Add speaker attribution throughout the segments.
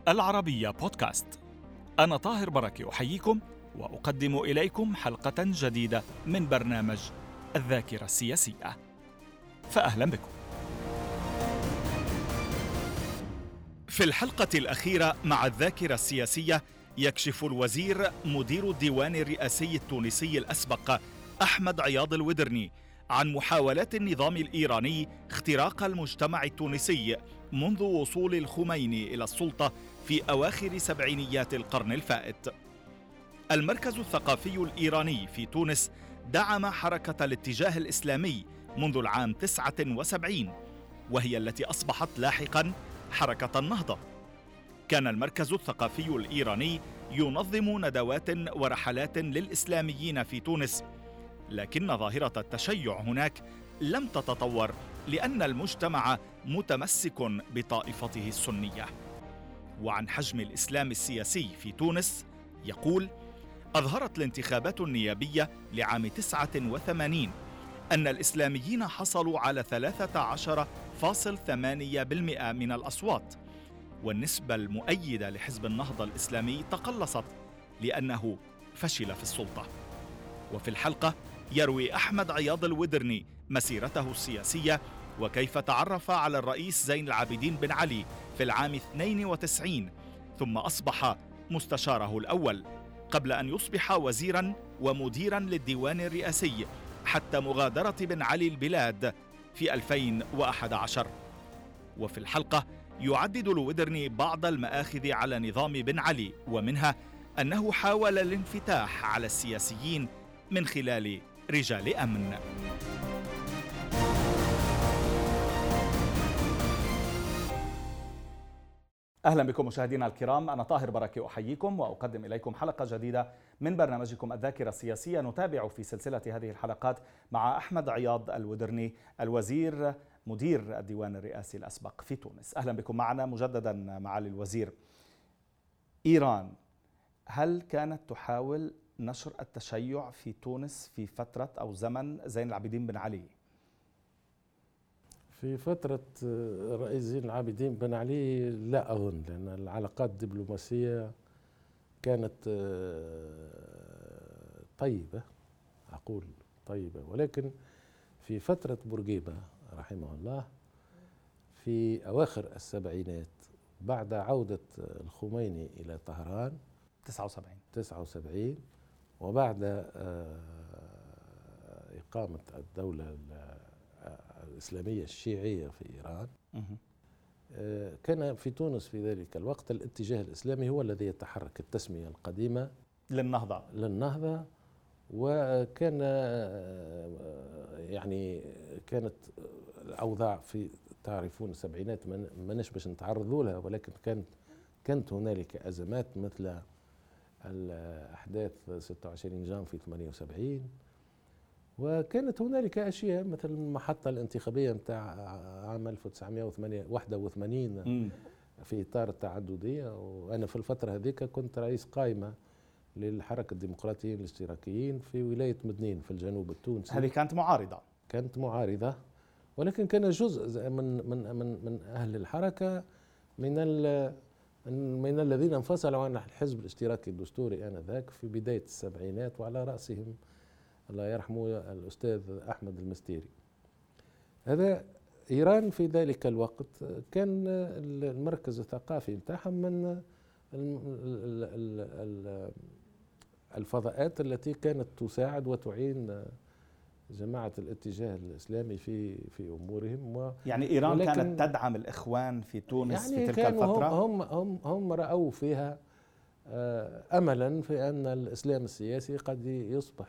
Speaker 1: العربية بودكاست. أنا طاهر بركة أحييكم وأقدم إليكم حلقة جديدة من برنامج الذاكرة السياسية، فأهلا بكم. في الحلقة الأخيرة مع الذاكرة السياسية يكشف الوزير مدير الديوان الرئاسي التونسي الأسبق أحمد عياض الودرني عن محاولات النظام الإيراني اختراق المجتمع التونسي منذ وصول الخميني إلى السلطة في أواخر سبعينيات القرن الفائت. المركز الثقافي الإيراني في تونس دعم حركة الاتجاه الإسلامي منذ العام 79، وهي التي أصبحت لاحقاً حركة النهضة. كان المركز الثقافي الإيراني ينظم ندوات ورحلات للإسلاميين في تونس، لكن ظاهرة التشيع هناك لم تتطور لأن المجتمع متمسك بطائفته السنية. وعن حجم الإسلام السياسي في تونس يقول: أظهرت الانتخابات النيابية لعام 89 أن الإسلاميين حصلوا على 13.8% من الأصوات، والنسبة المؤيدة لحزب النهضة الإسلامي تقلصت لأنه فشل في السلطة. وفي الحلقة يروي أحمد عياض الودرني مسيرته السياسية وكيف تعرف على الرئيس زين العابدين بن علي في العام 92 ثم أصبح مستشاره الأول قبل أن يصبح وزيراً ومديراً للديوان الرئاسي حتى مغادرة بن علي البلاد في 2011. وفي الحلقة يعدد الودرني بعض المآخذ على نظام بن علي، ومنها أنه حاول الانفتاح على السياسيين من خلال رجال أمن. أهلا بكم مشاهدينا الكرام، أنا طاهر بركة أحييكم وأقدم إليكم حلقة جديدة من برنامجكم الذاكرة السياسية. نتابع في سلسلة هذه الحلقات مع أحمد عياض الودرني الوزير مدير الديوان الرئاسي الأسبق في تونس. أهلا بكم معنا مجددا معالي الوزير. إيران هل كانت تحاول نشر التشيع في تونس في فترة أو زمن زين العابدين بن علي؟
Speaker 2: في فترة الرئيس زين العابدين بن علي لا أظن، لأن العلاقات الدبلوماسية كانت طيبة، أقول طيبة، ولكن في فترة بورقيبة رحمه الله في أواخر السبعينات بعد عودة الخميني إلى طهران 79 وبعد إقامة الدولة الإسلامية الشيعية في إيران، كان في تونس في ذلك الوقت الاتجاه الإسلامي هو الذي يتحرك، التسمية القديمة للنهضة، وكان يعني كانت الأوضاع في تعرفون السبعينات ما نشبش نتعرضوا لها، ولكن كانت هنالك أزمات مثل الأحداث 26 جانفي 78، وكانت هنالك أشياء مثل المحطة الانتخابية متاع عام 1981 في إطار التعددية. وأنا في الفترة هذيك كنت رئيس قائمة للحركة الديمقراطيين الاشتراكيين في ولاية مدنين في الجنوب التونسي.
Speaker 1: هذه كانت معارضة،
Speaker 2: ولكن كان جزء من أهل الحركة من الذين انفصلوا عن الحزب الاشتراكي الدستوري آنذاك في بداية السبعينات، وعلى رأسهم الله يرحمه الأستاذ أحمد المستيري. هذا إيران في ذلك الوقت كان المركز الثقافي متاعهم من الفضاءات التي كانت تساعد وتعين جماعة الاتجاه الإسلامي في أمورهم.
Speaker 1: يعني إيران كانت تدعم الإخوان في تونس
Speaker 2: يعني
Speaker 1: في تلك الفترة؟
Speaker 2: هم رأوا فيها أملا في أن الإسلام السياسي قد يصبح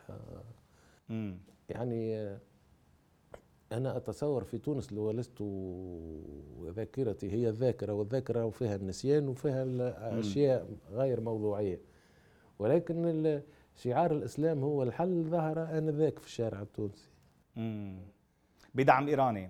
Speaker 2: يعني أنا أتصور في تونس لو لست ذاكرتي هي الذاكرة، والذاكرة وفيها النسيان وفيها الأشياء غير موضوعية، ولكن شعار الإسلام هو الحل ظهر آنذاك في الشارع التونسي
Speaker 1: بدعم إيراني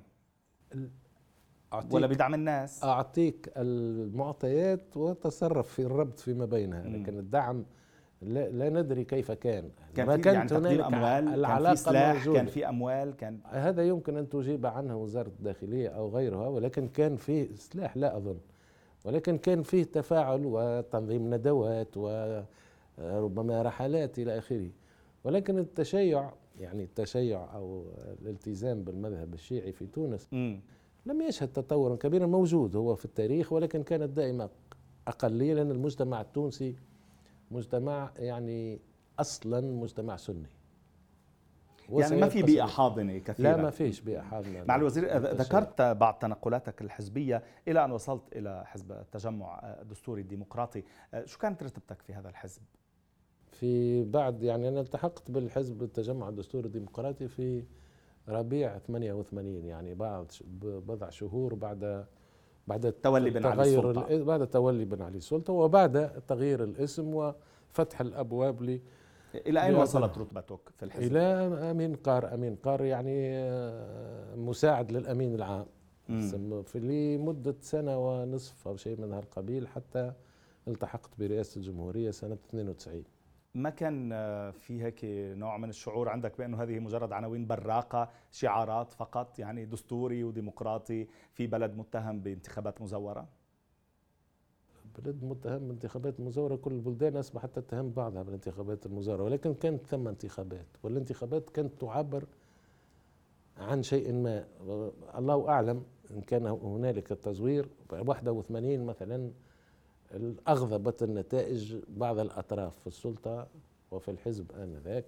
Speaker 1: ولا بدعم الناس؟
Speaker 2: أعطيك المعطيات وتصرف في الربط فيما بينها، لكن الدعم لا ندري كيف كان
Speaker 1: ما كانت هنالك أموال، كان في سلاح، كان في أموال،
Speaker 2: هذا يمكن أن تجيب عنه وزارة الداخلية أو غيرها، ولكن كان في سلاح لا أظن. ولكن كان فيه تفاعل وتنظيم ندوات وربما رحلات إلى آخره. ولكن التشيع، يعني التشيع أو الالتزام بالمذهب الشيعي في تونس لم يشهد تطورا كبيرا، موجود هو في التاريخ ولكن كانت دائما أقلية، لأن المجتمع التونسي مجتمع يعني أصلا مجتمع سني،
Speaker 3: يعني ما في بيئة حاضنة كثيرة.
Speaker 2: لا، ما فيش بيئة حاضنة.
Speaker 3: مع الوزير، ذكرت بعض تنقلاتك الحزبية إلى أن وصلت إلى حزب التجمع الدستوري الديمقراطي. شو كانت رتبتك في هذا الحزب؟
Speaker 2: في بعد يعني أنا التحقت بالحزب التجمع الدستوري الديمقراطي في ربيع 88، يعني بعد بضع شهور بعد
Speaker 3: تولي بن علي السلطة،
Speaker 2: بعد تولي بن علي السلطة وبعد تغيير الاسم وفتح الأبواب
Speaker 3: إلى أين وصلت رتبتك في الحزب؟
Speaker 2: إلى أمين قار يعني مساعد للأمين العام في لمدة سنة ونصف أو شيء من هالقبيل، حتى التحقت برئاسة الجمهورية سنة 92.
Speaker 3: ما كان في هيك نوع من الشعور عندك بأنه هذه مجرد عناوين براقة، شعارات فقط، يعني دستوري وديمقراطي في بلد متهم بانتخابات مزورة؟
Speaker 2: بلد متهم بانتخابات مزورة، كل البلدان أصبحت تتهم بعضها بالانتخابات المزورة، ولكن كانت ثم انتخابات، والانتخابات كانت تعبر عن شيء ما، الله أعلم إن كان هنالك التزوير. 81 مثلا أغضبت النتائج بعض الأطراف في السلطة وفي الحزب آنذاك،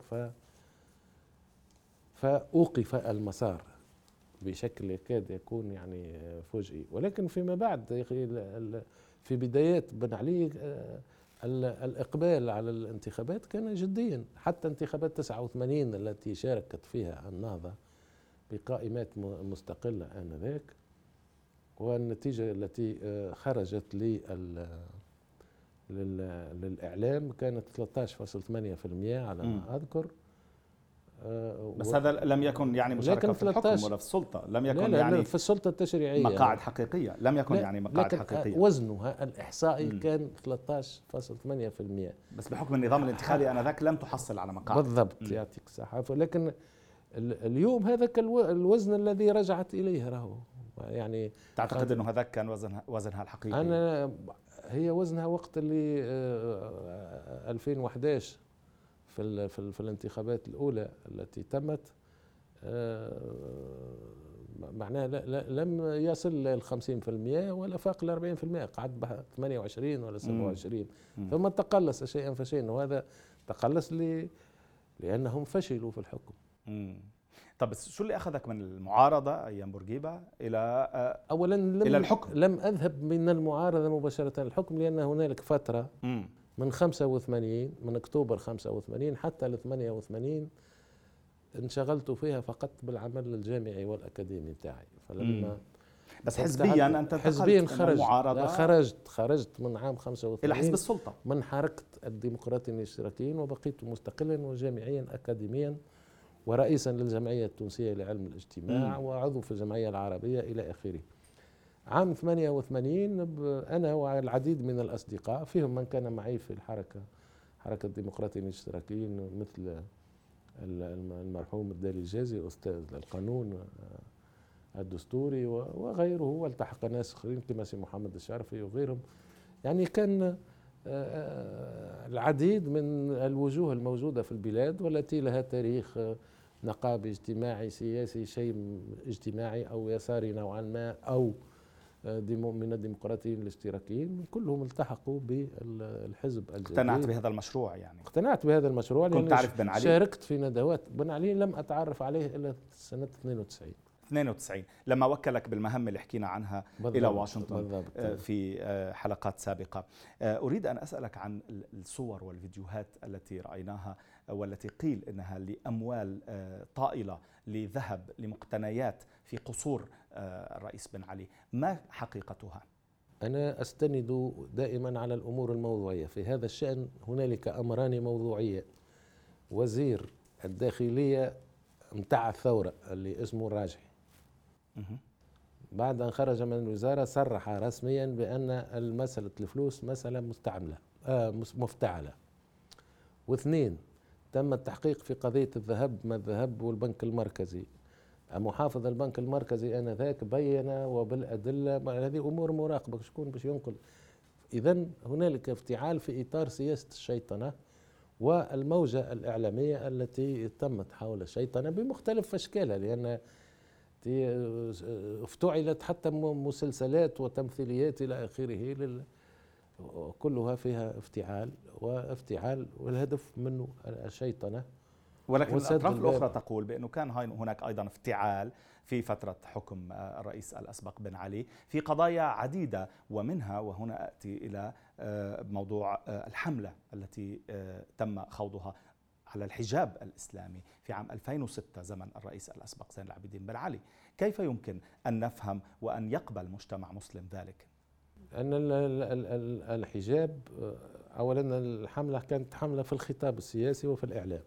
Speaker 2: فأوقف المسار بشكل يكاد يكون يعني فجئي. ولكن فيما بعد يا أخي في بدايات بن علي الإقبال على الانتخابات كان جديا، حتى انتخابات 89 التي شاركت فيها النهضة بقائمات مستقلة آنذاك، والنتيجة التي خرجت للإعلام كانت 13.8% على ما أذكر.
Speaker 3: بس هذا لم يكن يعني مشاركة في الحكم ولا في السلطة، لم يكن
Speaker 2: لا
Speaker 3: يعني
Speaker 2: في السلطة التشريعية
Speaker 3: مقاعد حقيقية، لم يكن يعني مقاعد حقيقية.
Speaker 2: وزنها الإحصائي كان 13.8%،
Speaker 3: بس بحكم النظام الانتخابي آنذاك لم تحصل على مقاعد.
Speaker 2: بالضبط، يعطيك الصحة. لكن اليوم هذاك الوزن الذي رجعت إليه راهو يعني.
Speaker 3: تعتقد أنه هذاك كان وزنها الحقيقي؟
Speaker 2: هي وزنها وقت اللي 2011 في الانتخابات الأولى التي تمت، معناها لم يصل لل 50% ولا فاق ال 40%، قعد ب 28 ولا 27. ثم تقلص شيئا فشيئا، وهذا تقلص لأنهم فشلوا في الحكم.
Speaker 3: طب شو اللي أخذك من المعارضة أيام بورقيبة إلى
Speaker 2: أولا
Speaker 3: إلى الحكم؟
Speaker 2: لم أذهب من المعارضة مباشرة الحكم، لأن هنالك فترة من 85 من أكتوبر 85 حتى ل 88 انشغلت فيها فقط بالعمل الجامعي والأكاديمي بتاعي. فلما
Speaker 3: بس حزبيا أنت
Speaker 2: حزبيا خرجت من عام 85
Speaker 3: إلى حزب السلطة
Speaker 2: من حركة الديمقراطيين الاشتراكيين، وبقيت مستقلا وجامعيا أكاديميا ورئيسا للجمعية التونسية لعلم الاجتماع وعضو في الجمعية العربية إلى آخره. عام 88 أنا والعديد من الأصدقاء، فيهم من كان معي في حركة الديمقراطيين الاشتراكيين، مثل المرحوم الدالي الجازي أستاذ القانون الدستوري وغيره، والتحق ناس آخرين كما سي محمد الشعرفي وغيرهم. يعني كان العديد من الوجوه الموجودة في البلاد والتي لها تاريخ نقابي اجتماعي سياسي، شيء اجتماعي أو يساري نوعا ما أو من الديمقراطيين الاشتراكيين، كلهم التحقوا بالحزب الجديد.
Speaker 3: اقتنعت بهذا المشروع؟ يعني
Speaker 2: اقتنعت بهذا المشروع.
Speaker 3: كنت تعرف بن علي؟
Speaker 2: شاركت في ندوات بن علي، لم أتعرف عليه إلا سنة 92
Speaker 3: لما وكلك بالمهمة اللي حكينا عنها إلى واشنطن
Speaker 2: بالضبط.
Speaker 3: في حلقات سابقة. أريد أن أسألك عن الصور والفيديوهات التي رأيناها والتي قيل إنها لأموال طائلة لذهب لمقتنيات في قصور الرئيس بن علي، ما حقيقتها؟
Speaker 2: أنا أستند دائما على الأمور الموضوعية في هذا الشأن. هنالك أمران موضوعية. وزير الداخلية متاع الثورة اللي اسمه الراجحي بعد أن خرج من الوزارة صرح رسميا بأن مسألة الفلوس مسألة مفتعلة. واثنين، تم التحقيق في قضية الذهب والبنك المركزي. محافظ البنك المركزي آنذاك بين وبالأدلة، هذه أمور مراقبة، شكون باش ينقل؟ إذن هنالك افتعال في إطار سياسة الشيطنة والموجة الإعلامية التي تمت حول الشيطنة بمختلف أشكالها، لأن افتعلت حتى مسلسلات وتمثيليات إلى آخره كلها فيها افتعال والهدف منه الشيطنة.
Speaker 3: ولكن الأطراف الأخرى تقول بأنه كان هناك أيضا افتعال في فترة حكم الرئيس الأسبق بن علي في قضايا عديدة، ومنها وهنا أتي إلى موضوع الحملة التي تم خوضها على الحجاب الإسلامي في عام 2006 زمن الرئيس الأسبق زين العابدين بن علي. كيف يمكن أن نفهم وأن يقبل مجتمع مسلم ذلك؟
Speaker 2: أن الحجاب أولا الحملة كانت حملة في الخطاب السياسي وفي الإعلام.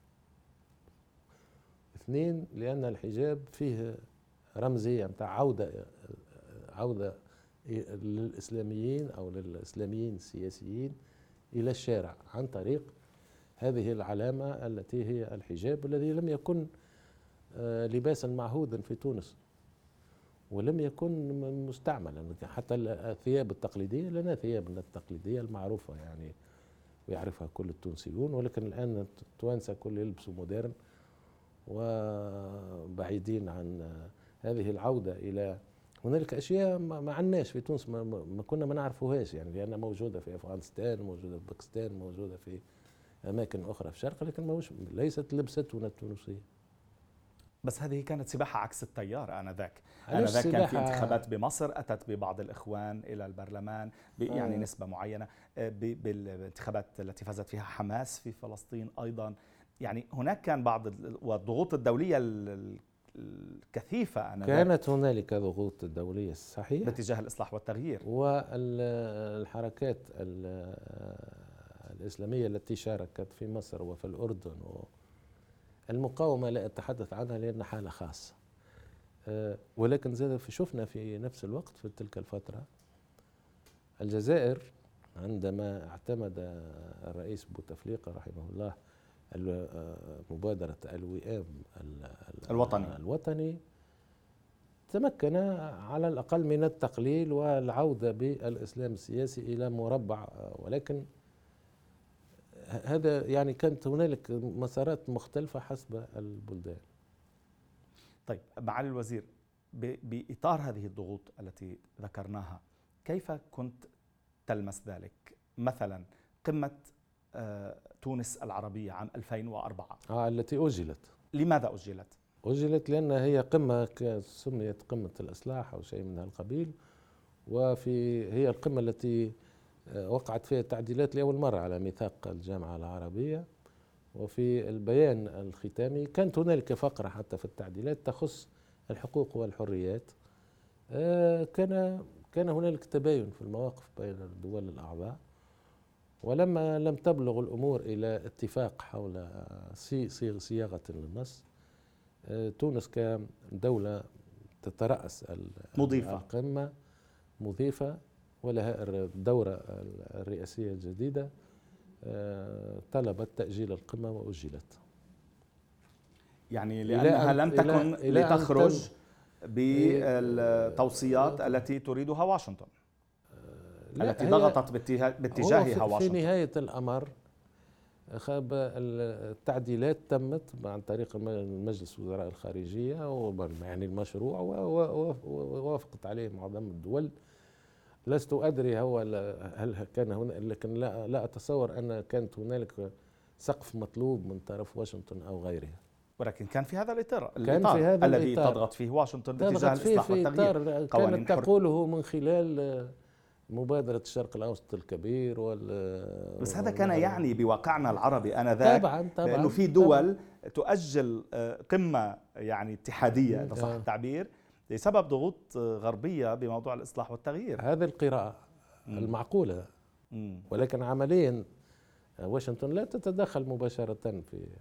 Speaker 2: اثنين، لأن الحجاب فيه رمزية متاع عودة للإسلاميين أو للإسلاميين السياسيين إلى الشارع عن طريق هذه العلامة التي هي الحجاب، الذي لم يكن لباسا معهودا في تونس ولم يكن مستعملا. حتى الثياب التقليدية لنا ثيابنا التقليدية المعروفة يعني ويعرفها كل التونسيون، ولكن الآن التوانسة كل يلبسوا مودرن وبعيدين عن هذه العودة إلى هنالك أشياء ما عندناش في تونس، ما كنا ما نعرفوهاش يعني، لأنها موجودة في أفغانستان، موجودة في باكستان، موجودة في أماكن أخرى في الشرق، لكن ليست لبستنا التونسية.
Speaker 3: بس هذه كانت سباحة عكس التيار آنذاك. آنذاك كان في انتخابات بمصر أتت ببعض الإخوان إلى البرلمان يعني نسبة معينة، بالانتخابات التي فازت فيها حماس في فلسطين أيضا. يعني هناك كان بعض والضغوط الدولية الكثيفة آنذاك،
Speaker 2: كانت هنالك ضغوط دولية صحيح
Speaker 3: باتجاه الإصلاح والتغيير،
Speaker 2: والحركات الإسلامية التي شاركت في مصر وفي الأردن المقاومة لا أتحدث عنها لأن حالة خاصة، ولكن زاد شفنا في نفس الوقت في تلك الفترة الجزائر عندما اعتمد الرئيس بوتفليقة رحمه الله مبادرة الوئام الوطني تمكن على الأقل من التقليل والعودة بالإسلام السياسي إلى مربع، ولكن هذا يعني كانت هنالك مسارات مختلفة حسب البلدان.
Speaker 3: طيب معالي الوزير، بإطار هذه الضغوط التي ذكرناها كيف كنت تلمس ذلك؟ مثلا قمة تونس العربية عام 2004
Speaker 2: التي أجلت.
Speaker 3: لماذا أجلت؟
Speaker 2: أجلت لأن هي قمة سميت قمة الإصلاح أو شيء من هالقبيل، هي القمة التي وقعت فيها التعديلات لأول مرة على ميثاق الجامعة العربية، وفي البيان الختامي كانت هنالك فقرة حتى في التعديلات تخص الحقوق والحريات. كان هنالك تباين في المواقف بين الدول الأعضاء، ولما لم تبلغ الأمور إلى اتفاق حول صياغة للنص، تونس كدولة تترأس القمة مضيفة ولها الدورة الرئاسية الجديدة، طلبت تأجيل القمة وأجلت.
Speaker 3: يعني لأنها لم تكن لتخرج بالتوصيات التي تريدها واشنطن، التي ضغطت باتجاهها واشنطن.
Speaker 2: في نهاية الأمر التعديلات تمت عن طريق مجلس وزراء الخارجية يعني المشروع، ووافقت عليه معظم الدول. لست أدري هل كان هناك، لكن لا أتصور أن كانت هنالك سقف مطلوب من طرف واشنطن أو غيرها،
Speaker 3: ولكن كان في هذا الإطار
Speaker 2: الذي
Speaker 3: الذي تضغط فيه واشنطن باتجاه الإصلاح والتغيير.
Speaker 2: كانت تقوله من خلال مبادرة الشرق الأوسط الكبير
Speaker 3: بس هذا كان يعني بواقعنا العربي آنذاك
Speaker 2: طبعا
Speaker 3: لأنه في دول تؤجل قمة يعني اتحادية إذا صح التعبير بسبب ضغوط غربية بموضوع الإصلاح والتغيير.
Speaker 2: هذه القراءة المعقولة، ولكن عمليا واشنطن لا تتدخل مباشرة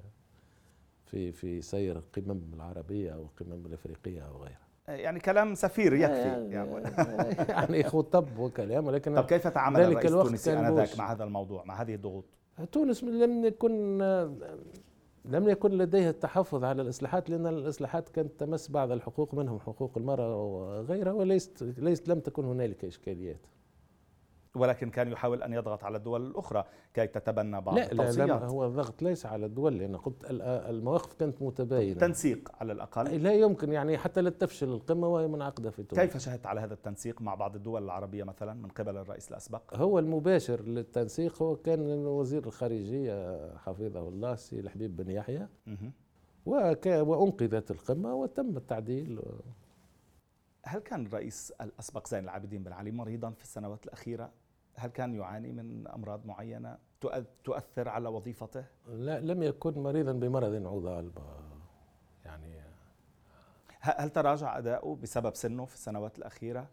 Speaker 2: في سير القمم العربية أو القمم الأفريقية أو غيرها.
Speaker 3: يعني كلام سفير يكفي
Speaker 2: يعني خطب وكلام، ولكن
Speaker 3: طب كيف تعامل الرئيس التونسي آنذاك مع هذا الموضوع، مع هذه الضغوط؟
Speaker 2: تونس لم يكن لم يكن لديه التحفظ على الإصلاحات، لأن الإصلاحات كانت تمس بعض الحقوق منهم حقوق المرأة وغيرها، وليست لم تكن هنالك إشكاليات.
Speaker 3: ولكن كان يحاول أن يضغط على الدول الأخرى كي تتبنى بعض التوصيات.
Speaker 2: لا، هو الضغط ليس على الدول، لأن قلت المواقف كانت متباينة.
Speaker 3: تنسيق على الأقل.
Speaker 2: لا يمكن يعني حتى لا تفشل القمة وهي منعقدة في تونس.
Speaker 3: كيف شهدت على هذا التنسيق مع بعض الدول العربية مثلا من قبل الرئيس الأسبق؟
Speaker 2: هو المباشر للتنسيق هو كان وزير الخارجية حفظه الله سي الحبيب بن يحيى، وأنقذت القمة وتم التعديل.
Speaker 3: هل كان الرئيس الأسبق زين العابدين بن علي مريضا في السنوات الأخيرة؟ هل كان يعاني من أمراض معينة تؤثر على وظيفته؟
Speaker 2: لا، لم يكن مريضا بمرض عضال يعني.
Speaker 3: هل تراجع أداؤه بسبب سنه في السنوات الأخيرة؟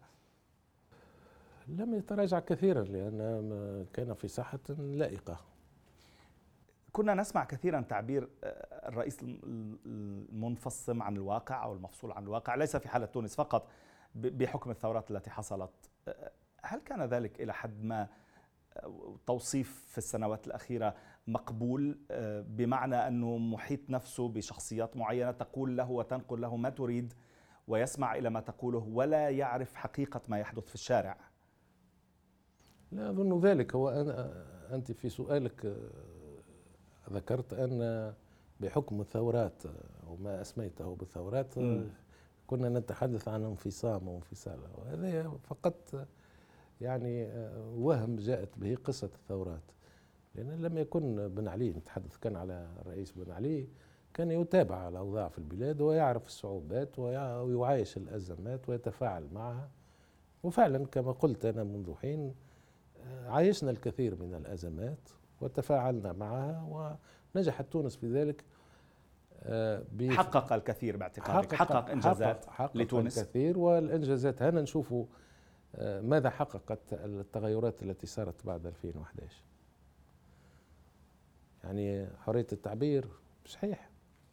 Speaker 2: لم يتراجع كثيرا لأن كان في صحة لائقة.
Speaker 3: كنا نسمع كثيرا تعبير الرئيس المنفصم عن الواقع أو المفصول عن الواقع، ليس في حالة تونس فقط، بحكم الثورات التي حصلت. هل كان ذلك إلى حد ما توصيف في السنوات الأخيرة مقبول، بمعنى أنه محيط نفسه بشخصيات معينة تقول له وتنقل له ما تريد ويسمع إلى ما تقوله ولا يعرف حقيقة ما يحدث في الشارع؟
Speaker 2: لا أظن ذلك. هو أنت في سؤالك ذكرت أن بحكم الثورات وما أسميته بالثورات كنا نتحدث عن انفصام وانفصال، وهذا فقط يعني وهم جاءت به قصة الثورات، لأن لم يكن بن علي، نتحدث كان على الرئيس بن علي، كان يتابع الأوضاع في البلاد ويعرف الصعوبات ويعايش الأزمات ويتفاعل معها. وفعلا كما قلت أنا منذ حين عايشنا الكثير من الأزمات وتفاعلنا معها، ونجحت تونس في ذلك.
Speaker 3: حقق الكثير باعتقادك، حقق إنجازات لتونس
Speaker 2: الكثير، والإنجازات هنا نشوفوا ماذا حققت التغيرات التي صارت بعد 2011. يعني حرية التعبير صحيح،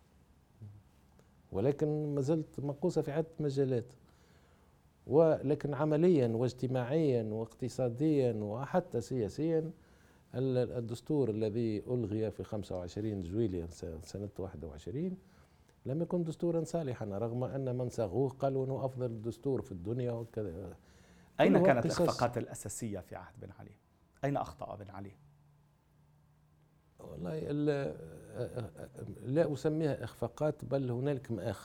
Speaker 2: ولكن ما زلت منقوصة في عدة مجالات، ولكن عمليا واجتماعيا واقتصاديا وحتى سياسيا الدستور الذي ألغي في 25 جويلية سنة 21 لم يكن دستورا صالحا، رغم أن من صاغوه قالوا أنه أفضل دستور في الدنيا وكذا.
Speaker 3: أين كانت الإخفاقات الأساسية في عهد بن علي؟ أين أخطأ بن علي؟
Speaker 2: والله لا أسميها إخفاقات، بل هنالك مآخذ.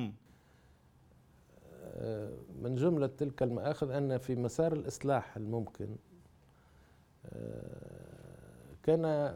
Speaker 2: من جملة تلك المآخذ أن في مسار الإصلاح الممكن كان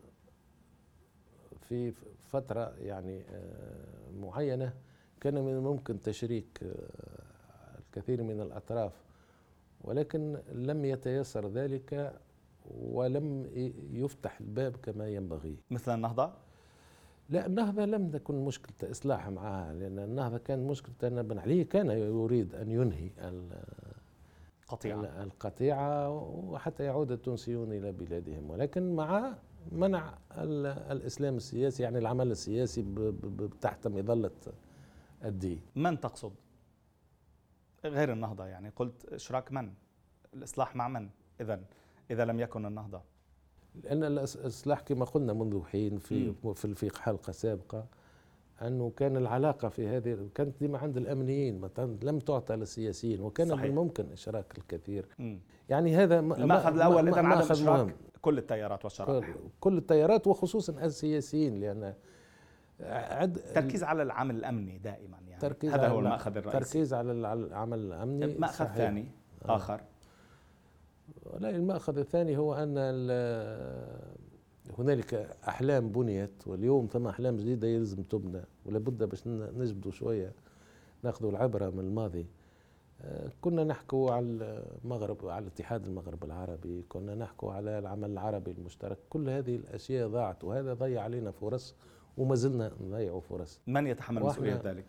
Speaker 2: في فترة يعني معينة كان من الممكن تشريك الكثير من الأطراف، ولكن لم يتيسر ذلك ولم يفتح الباب كما ينبغي.
Speaker 3: مثل النهضة؟
Speaker 2: لا، النهضة لم تكن مشكلة إصلاح معها، لأن النهضة كان مشكلة أن بن علي كان يريد أن ينهي القطيعة وحتى يعود التونسيون إلى بلادهم، ولكن مع منع الإسلام السياسي، يعني العمل السياسي تحت مظلة الدين. من
Speaker 3: تقصد غير النهضة؟ يعني قلت إشراك من؟ الإصلاح مع من إذا لم يكن النهضة؟
Speaker 2: لأن الإصلاح كما قلنا منذ حين في حلقة سابقة أنه كان العلاقة في هذه كانت ديما عند الأمنيين، لم تعطى للسياسيين، وكان من الممكن إشراك الكثير.
Speaker 3: يعني هذا المأخذ الأول إذن عدم إشراك كل التيارات والشرائح،
Speaker 2: كل التيارات وخصوصا السياسيين، لأن
Speaker 3: تركيز على العمل الأمني دائما، يعني هذا هو المأخذ الرئيسي.
Speaker 2: تركيز على العمل الأمني.
Speaker 3: مأخذ ثاني آخر،
Speaker 2: لا، المأخذ الثاني هو أن هنالك أحلام بنيت، واليوم ثم أحلام جديدة يلزم تبنى، ولابد باش نجبدوا شوية ناخذوا العبرة من الماضي. كنا نحكوا على المغرب، على اتحاد المغرب العربي، كنا نحكوا على العمل العربي المشترك، كل هذه الأشياء ضاعت، وهذا ضيع علينا فرص وما زلنا نضيع فرص.
Speaker 3: من يتحمل مسؤولية ذلك؟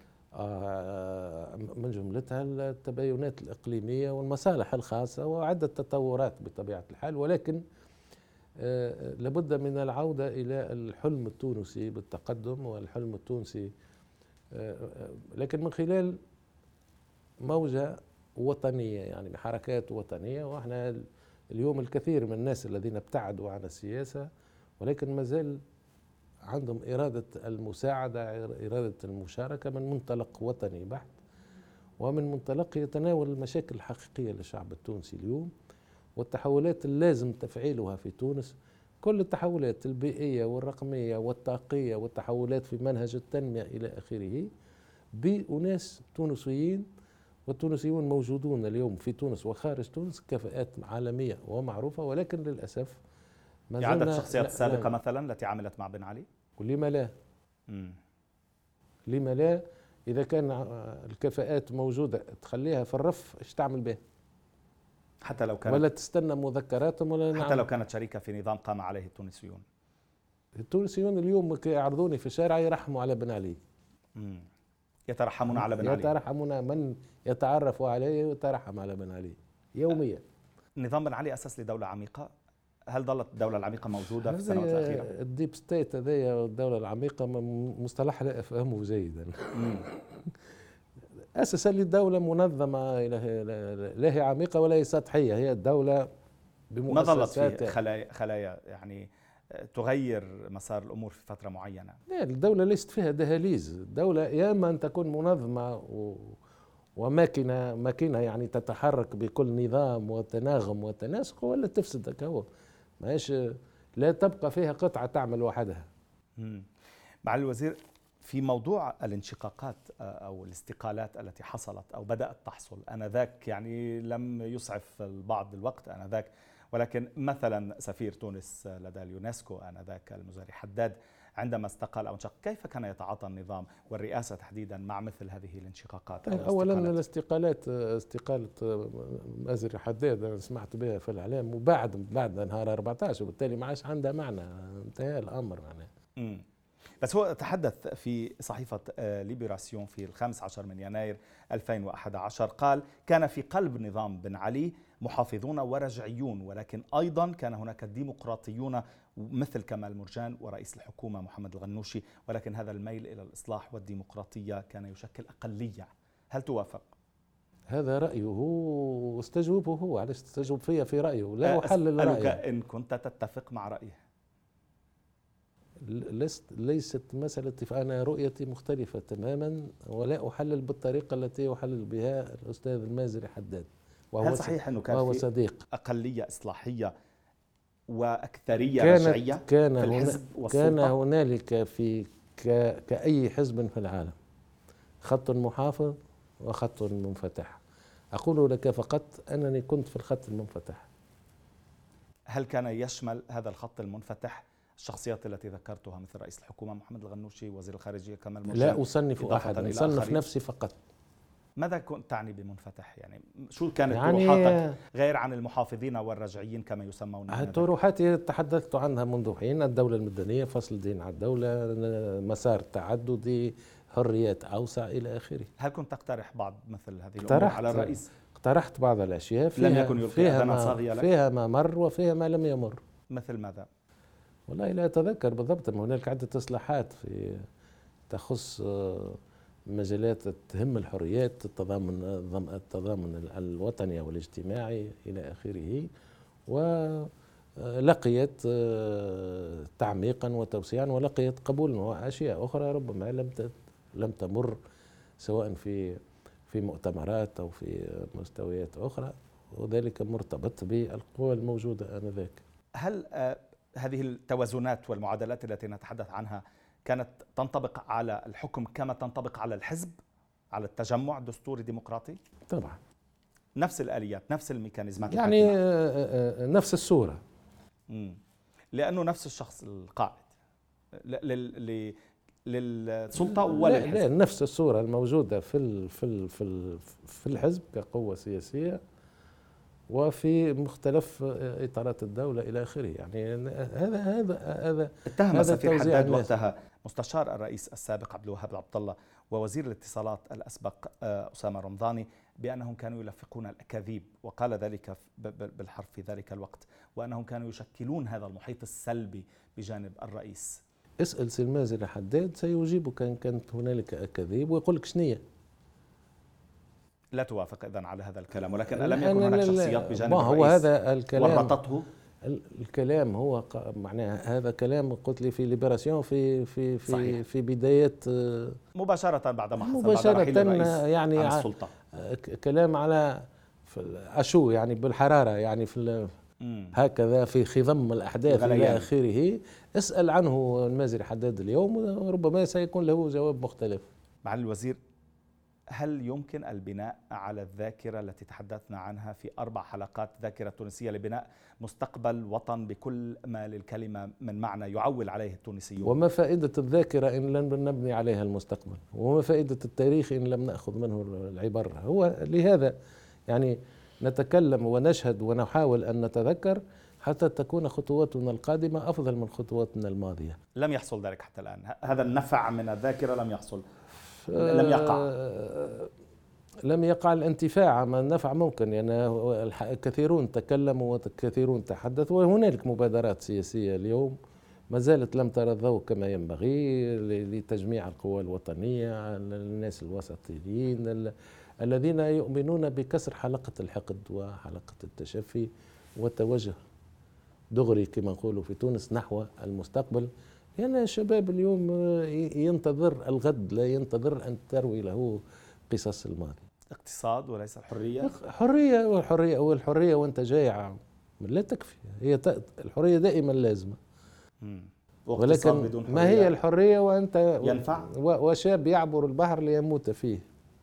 Speaker 2: من جملتها التباينات الإقليمية والمصالح الخاصة وعدة تطورات بطبيعة الحال، ولكن لابد من العودة إلى الحلم التونسي بالتقدم، والحلم التونسي لكن من خلال موجة وطنية، يعني حركات وطنية. وإحنا اليوم الكثير من الناس الذين ابتعدوا عن السياسة، ولكن ما زال عندهم إرادة المساعدة، إرادة المشاركة من منطلق وطني بحت، ومن منطلق يتناول المشاكل الحقيقية للشعب التونسي اليوم والتحولات اللازم تفعيلها في تونس. كل التحولات البيئية والرقمية والطاقية والتحولات في منهج التنمية إلى آخره بأناس تونسيين، والتونسيون موجودون اليوم في تونس وخارج تونس كفاءات عالمية ومعروفة، ولكن للأسف ما
Speaker 3: إعادة
Speaker 2: زلنا
Speaker 3: الشخصيات السابقة مثلا التي عملت مع بن علي.
Speaker 2: ولما لا؟ لما لا؟ إذا كان الكفاءات موجودة تخليها في الرف، إيش تعمل بها؟
Speaker 3: حتى لو كانت،
Speaker 2: ولا تستنى مذكراتهم ولا
Speaker 3: حتى لو كانت شريكة في نظام قام عليه التونسيون.
Speaker 2: التونسيون اليوم يعرضوني في الشارع يرحموا على بن علي.
Speaker 3: يترحمون على بن علي.
Speaker 2: يترحمون، من يتعرف عليه ويترحم على بن علي يوميا.
Speaker 3: نظام بن علي أسس لدولة عميقة. هل ظلت الدولة العميقة موجودة في السنوات الأخيرة؟
Speaker 2: الديب ستيت هذايا والدولة العميقة مصطلح لا أفهمه جيدا. أساسا للدولة منظمة، لا هي عميقة ولا هي سطحية، هي الدولة بمؤسساتها.
Speaker 3: ما ظلت في خلايا يعني تغير مسار الأمور في فترة معينة.
Speaker 2: لا، الدولة ليست فيها دهاليز. الدولة يا إما أن تكون منظمة وماكينة يعني تتحرك بكل نظام وتناغم وتناسق، ولا تفسد هكا. ماهيش، لا تبقى فيها قطعة تعمل وحدها.
Speaker 3: معالي الوزير، في موضوع الانشقاقات أو الاستقالات التي حصلت أو بدأت تحصل آنذاك، يعني لم يسعف البعض الوقت آنذاك، ولكن مثلا سفير تونس لدى اليونسكو آنذاك المزاري حداد عندما استقال أو انشق، كيف كان يتعاطى النظام والرئاسة تحديدا مع مثل هذه الانشقاقات؟
Speaker 2: أولا الاستقالات، استقالة مزاري حداد أنا سمعت بها في الإعلام وبعد نهار 14، وبالتالي ما عادش عندها معنى، انتهى الأمر معناه.
Speaker 3: بس هو تحدث في صحيفة ليبراسيون في 15 من يناير 2011، قال: كان في قلب نظام بن علي محافظون ورجعيون، ولكن أيضا كان هناك ديمقراطيون مثل كمال مرجان ورئيس الحكومة محمد الغنوشي، ولكن هذا الميل إلى الإصلاح والديمقراطية كان يشكل أقلية. هل توافق؟
Speaker 2: هذا رأيه واستجوبه هو، علاش تستجوب فيا في رأيه؟ لا أحلل رأيه.
Speaker 3: إن كنت تتفق مع رأيه.
Speaker 2: ليست مسألة، أنا رؤيتي مختلفة تماما، ولا أحلل بالطريقة التي يحلل بها الأستاذ المازري حداد،
Speaker 3: هل صحيح أنه كان في
Speaker 2: صديق
Speaker 3: أقلية إصلاحية وأكثرية رجعية في الحزب والسلطة؟
Speaker 2: كان هنالك كأي حزب في العالم خط محافظ وخط منفتح. أقول لك فقط أنني كنت في الخط المنفتح.
Speaker 3: هل كان يشمل هذا الخط المنفتح الشخصيات التي ذكرتها مثل رئيس الحكومة محمد الغنوشي، وزير الخارجية كمال مرجان؟
Speaker 2: لا أصنف أحدا، أصنف نفسي فقط.
Speaker 3: ماذا كنت تعني بمنفتح؟ يعني شو كانت طروحاتك غير عن المحافظين والرجعيين كما يسمون؟
Speaker 2: طروحاتي تحدثت عنها منذ حين: الدولة المدنية، فصل الدين على الدولة، مسار تعددي، حريات أوسع إلى آخره.
Speaker 3: هل كنت تقترح بعض مثل هذه الأمور على الرئيس؟
Speaker 2: اقترحت بعض الأشياء
Speaker 3: لم يكن يلقي أذانا صاغية لك؟
Speaker 2: فيها ما مر وفيها ما لم يمر.
Speaker 3: مثل ماذا؟
Speaker 2: والله لا أتذكر بالضبط. هناك عدة إصلاحات في تخص مجالات تهم الحريات، التضامن الوطني والاجتماعي إلى آخره، ولقيت تعميقا وتوسيعا ولقيت قبولا، وأشياء أخرى ربما لم تمر سواء في مؤتمرات أو في مستويات أخرى، وذلك مرتبط بالقوى الموجودة آنذاك.
Speaker 3: هل هذه التوازنات والمعادلات التي نتحدث عنها كانت تنطبق على الحكم كما تنطبق على الحزب، على التجمع الدستوري الديمقراطي؟
Speaker 2: طبعا
Speaker 3: نفس الآليات، نفس الميكانيزمات،
Speaker 2: يعني نفس الصورة،
Speaker 3: لأنه نفس الشخص القائد للسلطة وللحزب.
Speaker 2: لا، نفس الصورة الموجودة في الحزب كقوة سياسية وفي مختلف إطارات الدولة إلى آخره. يعني هذا
Speaker 3: اتهم سفير حداد وقتها مستشار الرئيس السابق عبد الوهاب عبد الله ووزير الاتصالات الأسبق أسامة رمضاني بأنهم كانوا يلفقون الأكاذيب، وقال ذلك بالحرف في ذلك الوقت، وأنهم كانوا يشكلون هذا المحيط السلبي بجانب الرئيس.
Speaker 2: اسأل سي المازري حداد سيجيبك إن كانت هنالك أكاذيب ويقول لك شنية.
Speaker 3: لا توافق إذن على هذا الكلام، ولكن ألم يكن هناك شخصيات بجانب
Speaker 2: الرئيس
Speaker 3: هو هذا الكلام وربطته؟
Speaker 2: الكلام هو معناها هذا كلام قلت لي في ليبراسيون في بدايات
Speaker 3: مباشرة بعد ما حصل
Speaker 2: مباشرة
Speaker 3: بعد رحيل الرئيس
Speaker 2: يعني
Speaker 3: عن السلطة.
Speaker 2: كلام على أشو يعني بالحرارة يعني في هكذا في خضم الأحداث إلى آخره. اسأل عنه المازري حداد اليوم وربما سيكون له جواب مختلف.
Speaker 3: معالي الوزير، هل يمكن البناء على الذاكرة التي تحدثنا عنها في 4 حلقات ذاكرة تونسية لبناء مستقبل وطن بكل ما للكلمة من معنى يعول عليه التونسيون؟
Speaker 2: وما فائدة الذاكرة إن لم نبني عليها المستقبل؟ وما فائدة التاريخ إن لم نأخذ منه العبر؟ هو لهذا يعني نتكلم ونشهد ونحاول أن نتذكر حتى تكون خطواتنا القادمة أفضل من خطواتنا الماضية.
Speaker 3: لم يحصل ذلك حتى الآن، هذا النفع من الذاكرة لم يحصل، لم يقع.
Speaker 2: لم يقع الانتفاع، ما النفع ممكن يعني كثيرون تكلموا وكثيرون تحدثوا، وهنالك مبادرات سياسية اليوم ما زالت لم ترى الضوء كما ينبغي لتجميع القوى الوطنية، الناس الوسطيين الذين يؤمنون بكسر حلقة الحقد وحلقة التشفي والتوجه دغري كما نقولوا في تونس نحو المستقبل. لأن الشباب اليوم ينتظر الغد، لا ينتظر أن تروي له قصص الماضي.
Speaker 3: اقتصاد وليس الحرية.
Speaker 2: حرية، والحرية وانت جايع لا تكفي. هي الحرية دائما لازمة، ولكن بدون حرية ما هي الحرية وانت
Speaker 3: ينفع
Speaker 2: وشاب يعبر البحر ليموت فيه.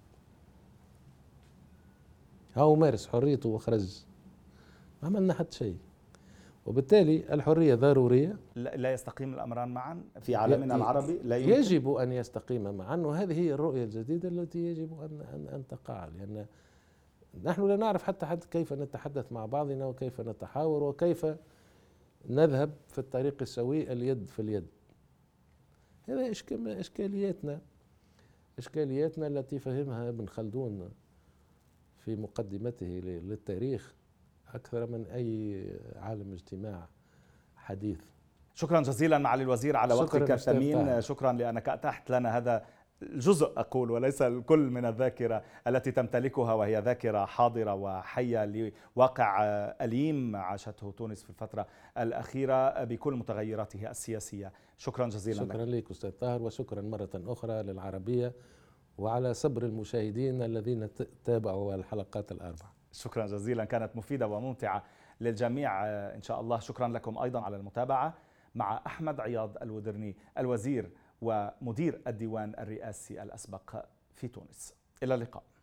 Speaker 2: هاو مارس حريته وخرج، ما عملنا حتى شيء. وبالتالي الحرية ضرورية.
Speaker 3: لا يستقيم الأمران معا في عالمنا العربي، لا
Speaker 2: يجب أن يستقيم معا، وهذه هي الرؤية الجديدة التي يجب أن تقع. لأن نحن لا نعرف حتى كيف نتحدث مع بعضنا وكيف نتحاور وكيف نذهب في الطريق السوي اليد في اليد. هذا إشكالياتنا التي فهمها ابن خلدون في مقدمته للتاريخ أكثر من أي عالم اجتماع حديث.
Speaker 3: شكرا جزيلا معالي الوزير على وقتك الثمين. شكرا لأنك أتحت لنا هذا الجزء أقول وليس الكل من الذاكرة التي تمتلكها، وهي ذاكرة حاضرة وحية لواقع أليم عاشته تونس في الفترة الأخيرة بكل متغيراته السياسية. شكرا جزيلا.
Speaker 2: شكرا لك أستاذ طاهر، وشكرا مرة أخرى للعربية وعلى صبر المشاهدين الذين تابعوا الحلقات ال4.
Speaker 3: شكرا جزيلا، كانت مفيدة وممتعة للجميع إن شاء الله. شكرا لكم أيضا على المتابعة مع أحمد عياض الودرني، الوزير ومدير الديوان الرئاسي الأسبق في تونس. إلى اللقاء.